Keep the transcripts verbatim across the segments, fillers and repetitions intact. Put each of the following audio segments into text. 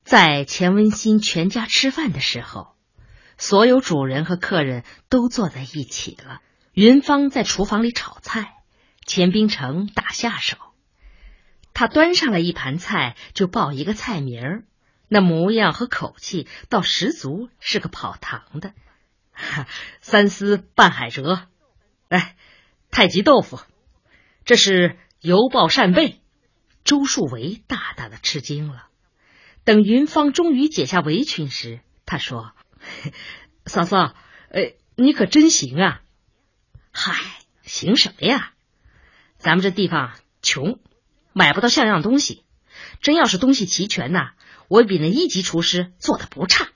在钱文新全家吃饭的时候，所有主人和客人都坐在一起了。云芳在厨房里炒菜，钱冰城打下手。他端上来一盘菜就报一个菜名儿，那模样和口气倒十足是个跑堂的。三丝拌海蜇，哎，太极豆腐，这是油爆扇贝。周树维大大的吃惊了。等云芳终于解下围裙时，他说：嫂嫂，呃，你可真行啊。嗨，行什么呀？咱们这地方穷，买不到像样东西。真要是东西齐全呐，我比那一级厨师做的不差。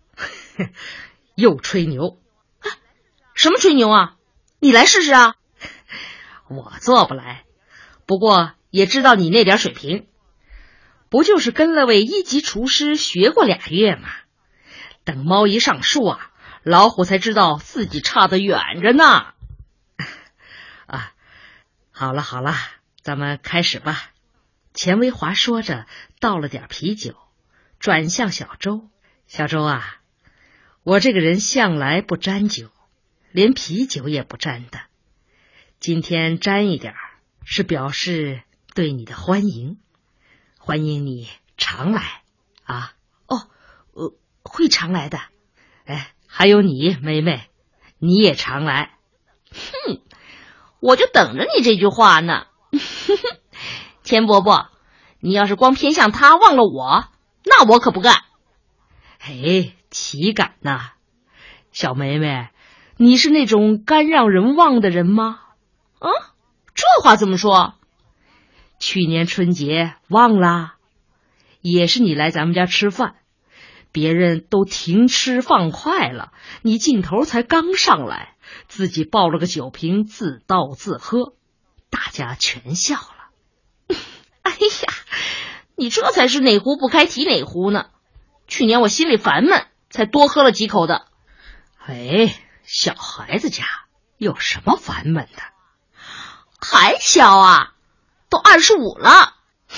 又吹牛。啊，什么吹牛啊？你来试试啊。我做不来，不过也知道你那点水平。不就是跟了位一级厨师学过俩月吗？等猫一上树啊，老虎才知道自己差得远着呢。啊，好了好了，咱们开始吧。钱维华说着倒了点啤酒，转向小周。小周啊，我这个人向来不沾酒，连啤酒也不沾的。今天沾一点是表示对你的欢迎，欢迎你常来啊。哦，呃，会常来的。哎，还有你梅梅，你也常来。 哼，我就等着你这句话呢。钱伯伯，你要是光偏向他忘了我，那我可不干。 哎，岂敢呐。小梅梅，你是那种甘让人忘的人吗？ 啊，这话怎么说？ 去年春节忘了，也是你来咱们家吃饭，别人都停吃放快了，你劲头才刚上来，自己抱了个酒瓶自倒自喝，大家全笑了。 哎呀，你这才是哪壶不开提哪壶呢。去年我心里烦闷，才多喝了几口的。 哎，小孩子家有什么烦闷的？ 还小啊，都二十五了。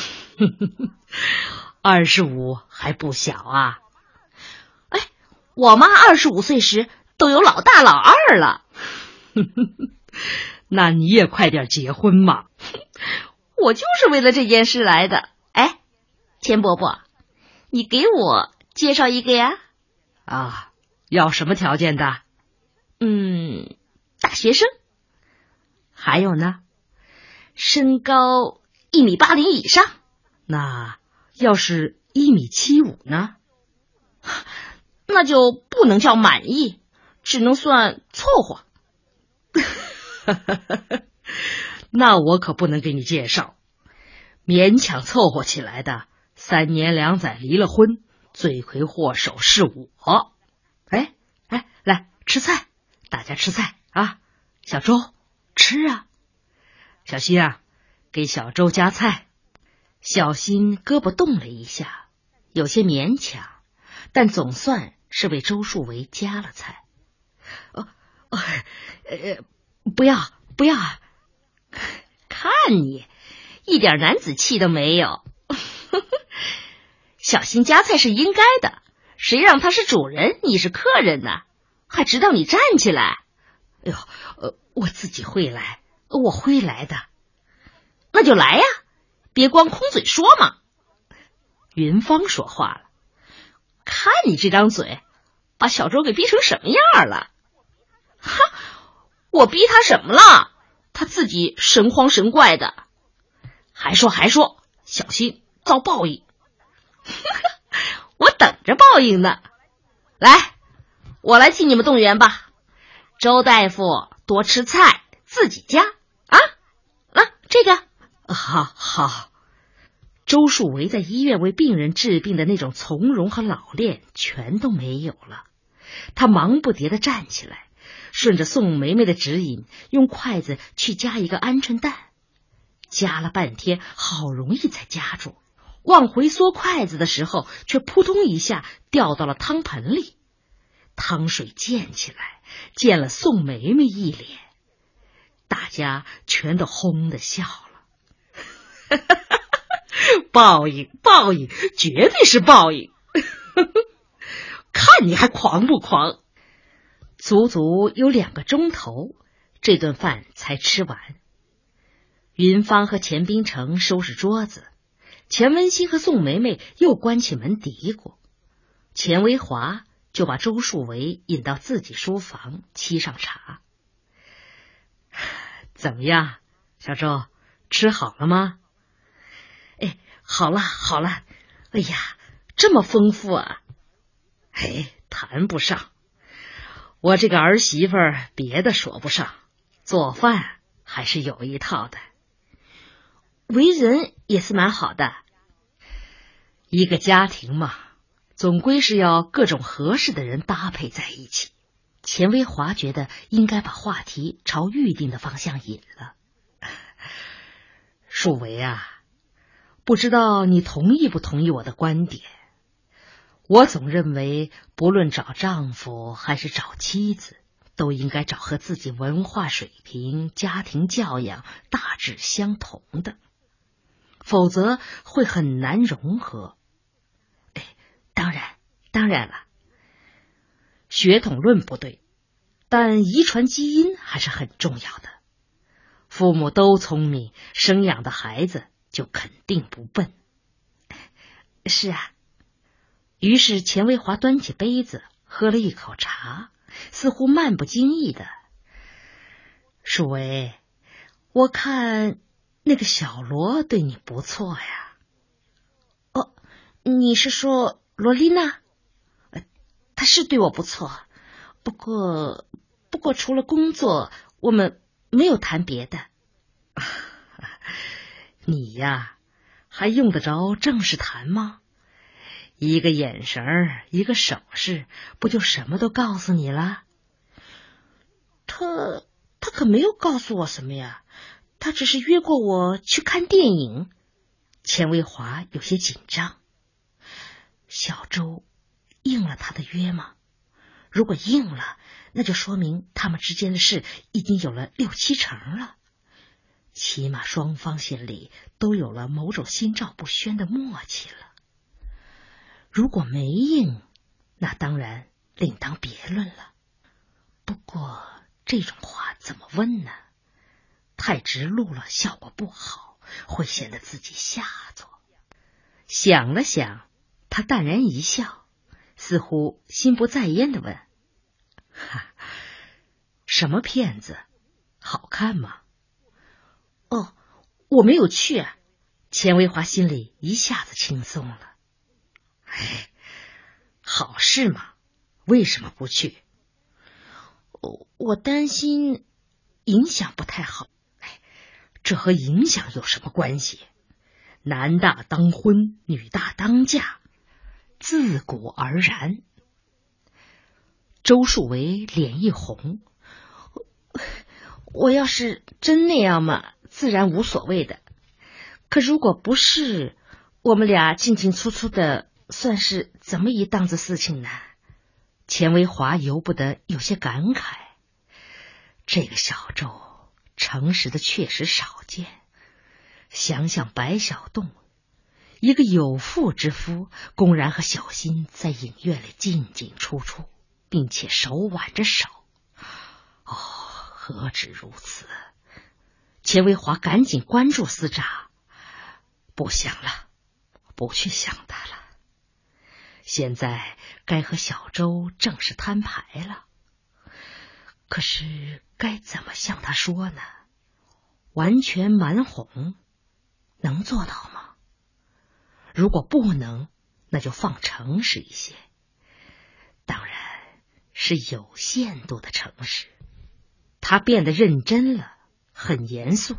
二十五还不小啊？ 哎，我妈二十五岁时都有老大老二了。 那你也快点结婚嘛。 我就是为了这件事来的。哎，钱伯伯，你给我介绍一个呀？ 啊，要什么条件的？ 嗯，大学生。 还有呢？ 身高一米八零以上。 那要是一米七五呢？ 那就不能叫满意，只能算凑合。 那我可不能给你介绍，勉强凑合起来的，三年两载离了婚，罪魁祸首是我。哎哎，来吃菜，大家吃菜啊！小周吃啊！小新啊，给小周夹菜。小新胳膊动了一下，有些勉强，但总算是为周树维夹了菜。哦哦，呃，不要不要！ 看你一点男子气都没有。小心夹菜是应该的，谁让他是主人，你是客人呢？还指导你站起来。 哎呦，呃，我自己会来，我会来的。 那就来呀，别光空嘴说嘛。 云芳说话了， 看你这张嘴，把小周给逼成什么样了？哈，我逼他什么了？他自己神慌神怪的。还说还说，小心遭报应。我等着报应呢。来，我来替你们动员吧。周大夫多吃菜，自己夹啊。啊，这个好好。周树维在医院为病人治病的那种从容和老练全都没有了。他忙不迭地站起来，顺着宋梅梅的指引，用筷子去夹一个鹌鹑蛋。夹了半天，好容易才夹住，往回缩筷子的时候，却扑通一下掉到了汤盆里。汤水溅起来，溅了宋梅梅一脸，大家全都轰地笑了。报应，报应，绝对是报应！ 看你还狂不狂？足足有两个钟头，这顿饭才吃完。云芳和钱冰城收拾桌子，钱文新和宋梅梅又关起门嘀咕，钱维华就把周树维引到自己书房沏上茶。怎么样，小周，吃好了吗？哎，好了好了，哎呀，这么丰富啊！哎，谈不上，我这个儿媳妇儿别的说不上，做饭还是有一套的。 为人也是蛮好的。 一个家庭嘛，总归是要各种合适的人搭配在一起。钱维华觉得应该把话题朝预定的方向引了。树维啊，不知道你同意不同意我的观点？我总认为，不论找丈夫还是找妻子，都应该找和自己文化水平、家庭教养大致相同的，否则会很难融合。哎，当然，当然了，血统论不对，但遗传基因还是很重要的。父母都聪明，生养的孩子就肯定不笨。 是啊。 于是钱维华端起杯子喝了一口茶，似乎漫不经意的：树维，我看那个小罗对你不错呀。 哦，你是说罗丽娜？呃，她是对我不错，不过不过除了工作，我们没有谈别的。 你呀，还用得着正式谈吗？一个眼神儿，一个手势，不就什么都告诉你了？ 他他可没有告诉我什么呀，他只是约过我去看电影。 钱维华有些紧张。小周应了他的约吗？如果应了，那就说明他们之间的事已经有了六七成了，起码双方心里都有了某种心照不宣的默契了。如果没应，那当然另当别论了。不过这种话怎么问呢？太直露了，效果不好，会显得自己下作。想了想，他淡然一笑，似乎心不在焉地问：哈，什么片子？好看吗？ 哦，我没有去啊。 钱维华心里一下子轻松了。哎，好事嘛，为什么不去？ 我担心影响不太好。 哎，这和影响有什么关系？男大当婚，女大当嫁，自古而然。周树维脸一红， 我要是真那样嘛，自然无所谓的。可如果不是，我们俩进进出出的，算是怎么一档子事情呢？ 钱维华由不得有些感慨。这个小周诚实的确实少见。想想白小栋，一个有妇之夫，公然和小新在影院里进进出出，并且手挽着手。哦，何止如此！钱维华赶紧关注丝札，不想了，不去想他了。现在该和小周正式摊牌了，可是该怎么向他说呢？完全瞒哄，能做到吗？如果不能，那就放诚实一些，当然是有限度的诚实。他变得认真了，很严肃。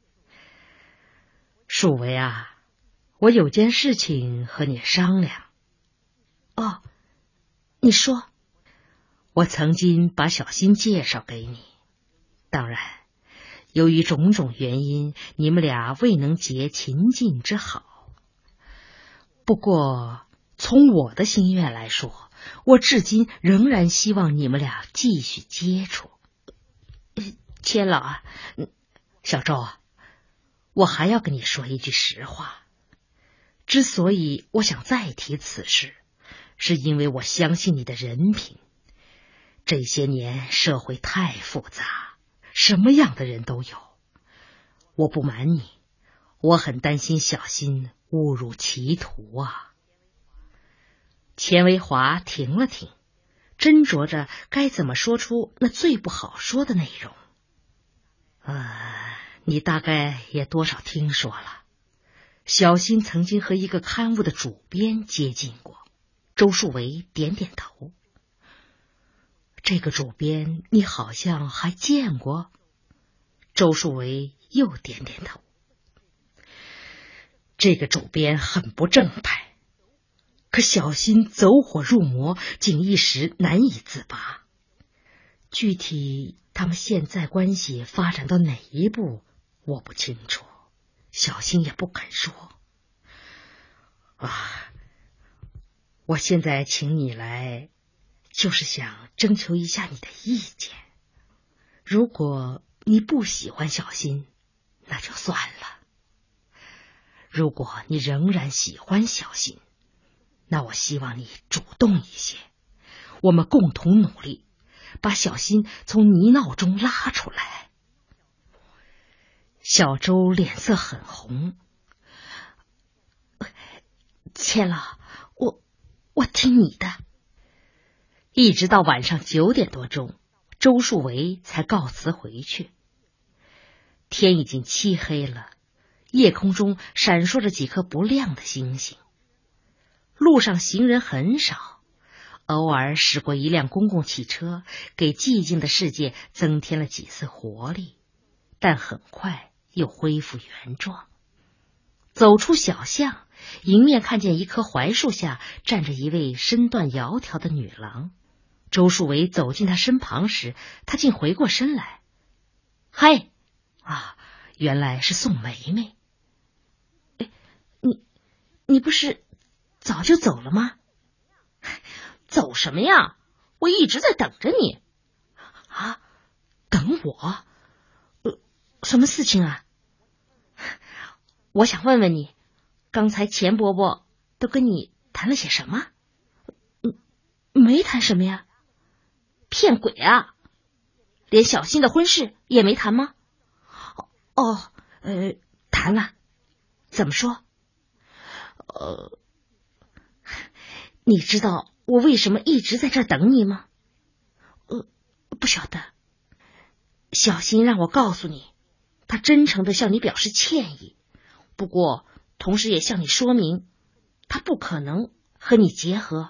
树维啊，我有件事情和你商量。 哦，你说。 我曾经把小新介绍给你，当然由于种种原因，你们俩未能结秦晋之好。不过从我的心愿来说，我至今仍然希望你们俩继续接触。 钱老啊， 小周啊，我还要跟你说一句实话。之所以我想再提此事， 是因为我相信你的人品。这些年社会太复杂，什么样的人都有。我不瞒你，我很担心小新误入歧途啊。钱维华停了停，斟酌着该怎么说出那最不好说的内容。啊，你大概也多少听说了，小新曾经和一个刊物的主编接近过。周树维点点头。这个主编你好像还见过？周树维又点点头。这个主编很不正派，可小新走火入魔，竟一时难以自拔。具体他们现在关系发展到哪一步，我不清楚，小新也不肯说。啊，我现在请你来，就是想征求一下你的意见。如果你不喜欢小新，那就算了。如果你仍然喜欢小新，那我希望你主动一些，我们共同努力，把小新从泥淖中拉出来。小周脸色很红。钱老，我我听你的。一直到晚上九点多钟，周树维才告辞回去。天已经漆黑了，夜空中闪烁着几颗不亮的星星。路上行人很少，偶尔驶过一辆公共汽车，给寂静的世界增添了几丝活力，但很快又恢复原状。走出小巷，迎面看见一棵槐树下站着一位身段窈窕的女郎。周树维走进她身旁时，她竟回过身来。嗨，啊，原来是宋梅梅。哎，你你不是早就走了吗？ 走什么呀？我一直在等着你。 啊，等我？呃，什么事情啊？ 我想问问你，刚才钱伯伯都跟你谈了些什么？ 嗯，没谈什么呀。 骗鬼啊！连小新的婚事也没谈吗？ 哦，呃，谈了。怎么说？ 呃，你知道我为什么一直在这儿等你吗？ 呃，不晓得。小新让我告诉你，他真诚的向你表示歉意，不过同时也向你说明，他不可能和你结合。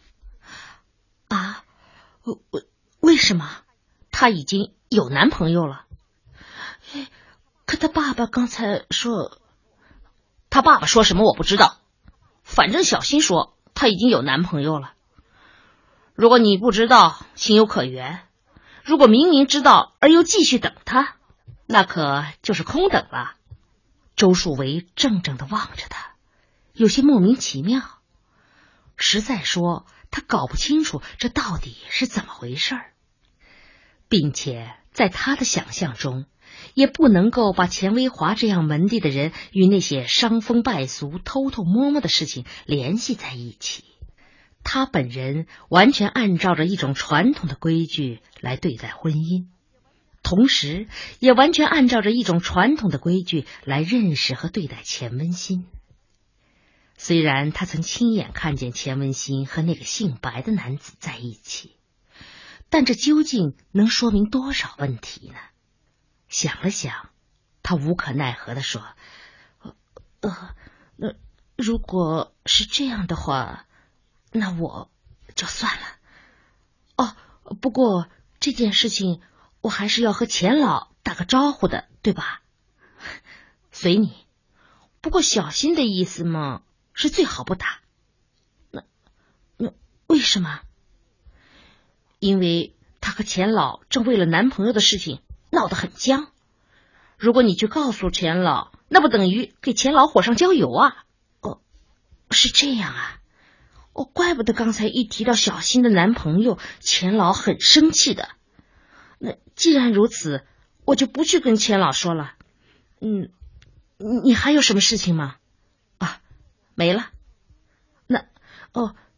啊？为为什么？ 他已经有男朋友了。 可他爸爸刚才说…… 他爸爸说什么我不知道，反正小新说他已经有男朋友了。如果你不知道，情有可原；如果明明知道而又继续等他，那可就是空等了。 周树维怔怔地望着他，有些莫名其妙。实在说，他搞不清楚这到底是怎么回事儿，并且在他的想象中，也不能够把钱维华这样门第的人与那些伤风败俗、偷偷摸摸的事情联系在一起。他本人完全按照着一种传统的规矩来对待婚姻，同时也完全按照着一种传统的规矩来认识和对待钱文新。虽然他曾亲眼看见钱文新和那个姓白的男子在一起，但这究竟能说明多少问题呢？想了想，他无可奈何地说：呃呃，那如果是这样的话，那我就算了。哦，不过这件事情我还是要和钱老打个招呼的，对吧？随你。不过小新的意思嘛，是最好不打。那那为什么？因为他和钱老正为了男朋友的事情闹得很僵。如果你去告诉钱老，那不等于给钱老火上浇油啊？哦，是这样啊。哦，怪不得刚才一提到小新的男朋友，钱老很生气的。那既然如此，我就不去跟钱老说了。嗯，你还有什么事情吗？啊，没了。那哦，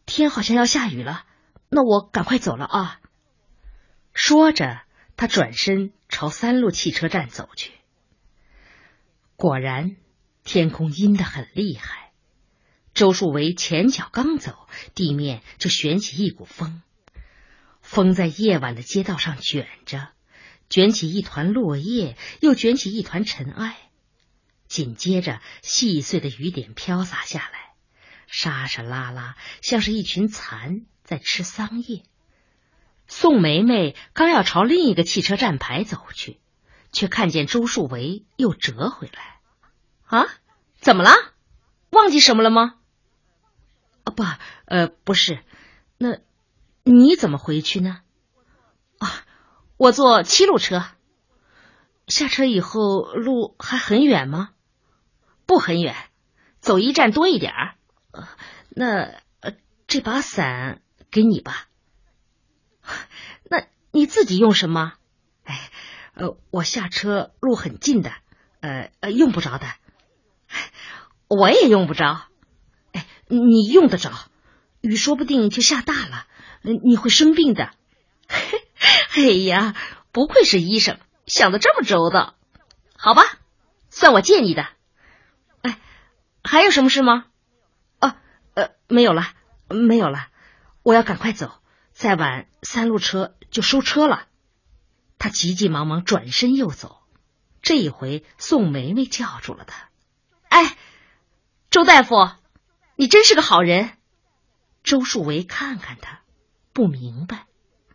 天好像要下雨了，那我赶快走了啊。 说着，他转身朝三路汽车站走去。果然，天空阴得很厉害。周树维前脚刚走，地面就旋起一股风，风在夜晚的街道上卷着，卷起一团落叶，又卷起一团尘埃。紧接着，细碎的雨点飘洒下来，沙沙啦啦，像是一群蚕在吃桑叶。宋梅梅刚要朝另一个汽车站牌走去，却看见周树维又折回来。 啊，怎么了？忘记什么了吗？ 啊，不，呃，不是。那你怎么回去呢？ 啊，我坐七路车。 下车以后路还很远吗？ 不很远，走一站多一点儿。 呃、那、呃、这把伞给你吧。 那你自己用什么？ 哎，呃，我下车路很近的，呃呃，用不着的。 我也用不着。 哎，你用得着，雨说不定就下大了，你会生病的。 哎呀，不愧是医生，想得这么周到。好吧，算我借你的。哎，还有什么事吗？ 哦，呃，没有了，没有了，我要赶快走，再晚三路车就收车了。他急急忙忙转身又走，这一回宋梅梅叫住了他。 哎，周大夫，你真是个好人。 周树维看看他，不明白。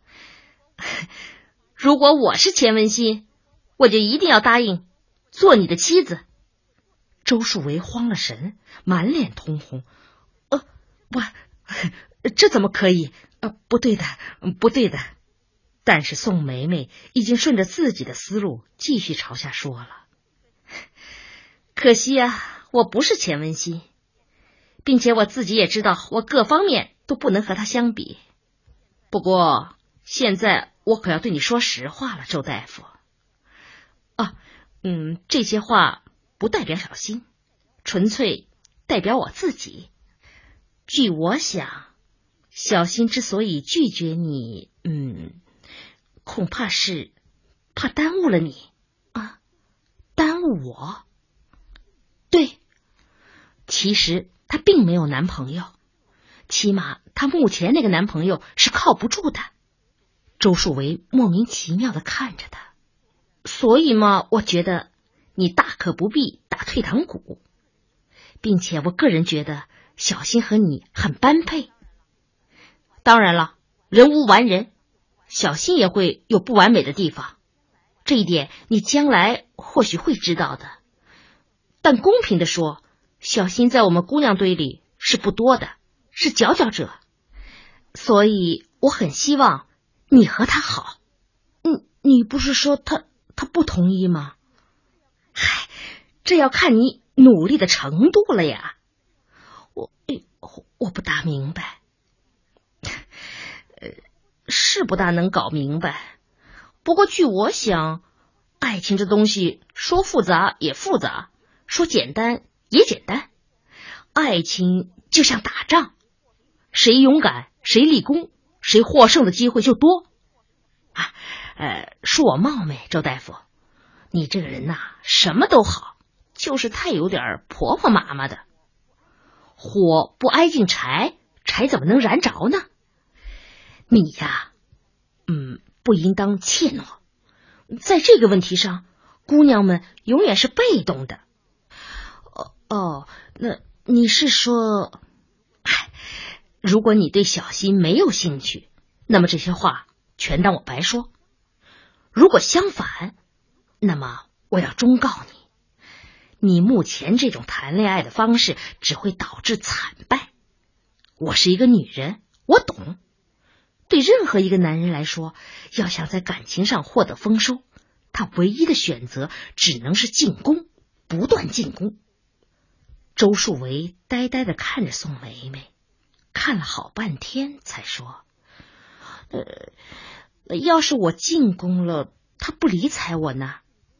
如果我是钱文新，我就一定要答应做你的妻子。 周树维慌了神，满脸通红。呃，我这怎么可以？呃，不对的，不对的。但是宋梅梅已经顺着自己的思路继续朝下说了。 可惜啊，我不是钱文新，并且我自己也知道我各方面都不能和他相比。不过现在我可要对你说实话了，周大夫。 啊，嗯，这些话不代表小新，纯粹代表我自己。据我想，小新之所以拒绝你，嗯，恐怕是怕耽误了你啊，耽误我。对，其实她并没有男朋友，起码她目前那个男朋友是靠不住的。周树维莫名其妙地看着他，所以嘛，我觉得你大可不必打退堂鼓，并且我个人觉得小新和你很般配。当然了，人无完人，小新也会有不完美的地方，这一点你将来或许会知道的。但公平地说，小新在我们姑娘堆里是不多的，是佼佼者，所以我很希望你和他好。嗯，你不是说他他不同意吗？嗨，这要看你努力的程度了呀。我我不大明白，呃，是不大能搞明白。不过据我想，爱情这东西说复杂也复杂，说简单也简单。爱情就像打仗，谁勇敢谁立功，谁获胜的机会就多。啊，呃，恕我冒昧，周大夫，你这个人呐、啊，什么都好，就是太有点婆婆妈妈的。火不挨近柴，柴怎么能燃着呢？你呀，嗯，不应当怯懦。在这个问题上，姑娘们永远是被动的。哦哦，那你是说，唉，如果你对小新没有兴趣，那么这些话全当我白说。如果相反，那么我要忠告你，你目前这种谈恋爱的方式只会导致惨败。我是一个女人，我懂。对任何一个男人来说，要想在感情上获得丰收，他唯一的选择只能是进攻，不断进攻。周树维呆呆地看着宋梅梅，看了好半天才说，呃，要是我进攻了，他不理睬我呢？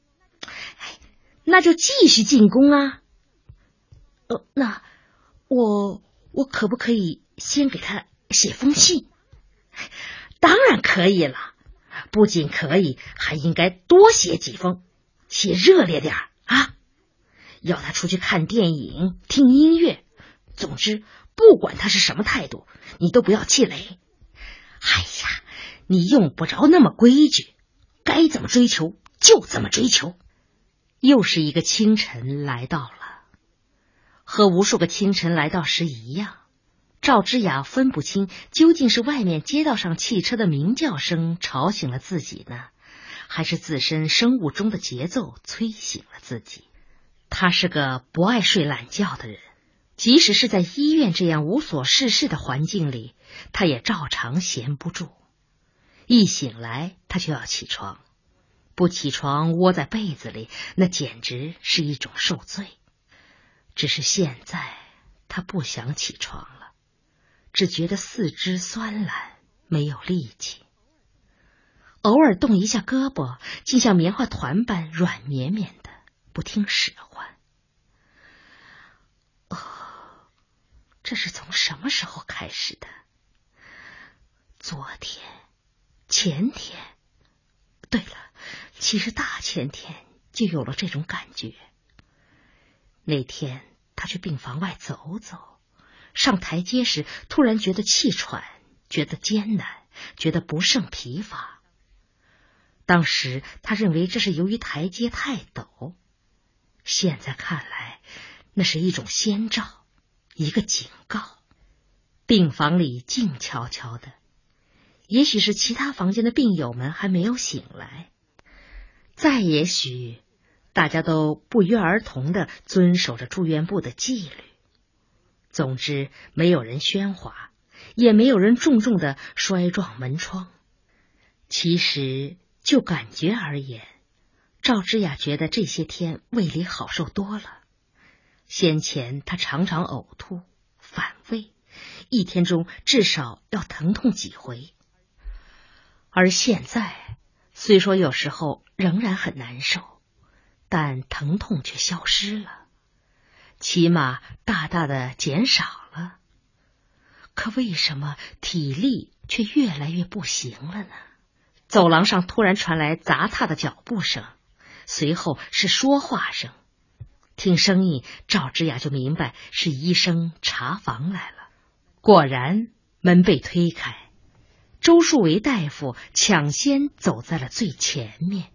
那就继续进攻啊。呃，那我我可不可以先给他写封信？当然可以了，不仅可以，还应该多写几封，写热烈点啊！要他出去看电影、听音乐，总之不管他是什么态度，你都不要气馁。哎呀，你用不着那么规矩，该怎么追求就怎么追求。又是一个清晨来到了，和无数个清晨来到时一样，赵之雅分不清究竟是外面街道上汽车的鸣叫声吵醒了自己呢，还是自身生物钟的节奏催醒了自己。他是个不爱睡懒觉的人，即使是在医院这样无所事事的环境里，他也照常闲不住。一醒来他就要起床，不起床窝在被子里，那简直是一种受罪。只是现在他不想起床了，只觉得四肢酸懒，没有力气。偶尔动一下胳膊，竟像棉花团般软绵绵的，不听使唤。哦，这是从什么时候开始的？昨天、前天，对了，其实大前天就有了这种感觉。那天他去病房外走走，上台阶时突然觉得气喘，觉得艰难，觉得不胜疲乏。当时他认为这是由于台阶太陡，现在看来那是一种先兆，一个警告。病房里静悄悄的，也许是其他房间的病友们还没有醒来，再也许大家都不约而同地遵守着住院部的纪律。总之，没有人喧哗，也没有人重重地摔撞门窗。其实就感觉而言，赵之雅觉得这些天胃里好受多了。先前她常常呕吐、反胃，一天中至少要疼痛几回。而现在，虽说有时候仍然很难受，但疼痛却消失了，起码大大的减少了。可为什么体力却越来越不行了呢？走廊上突然传来杂沓的脚步声，随后是说话声。听声音，赵之雅就明白是医生查房来了。果然，门被推开，周树维大夫抢先走在了最前面。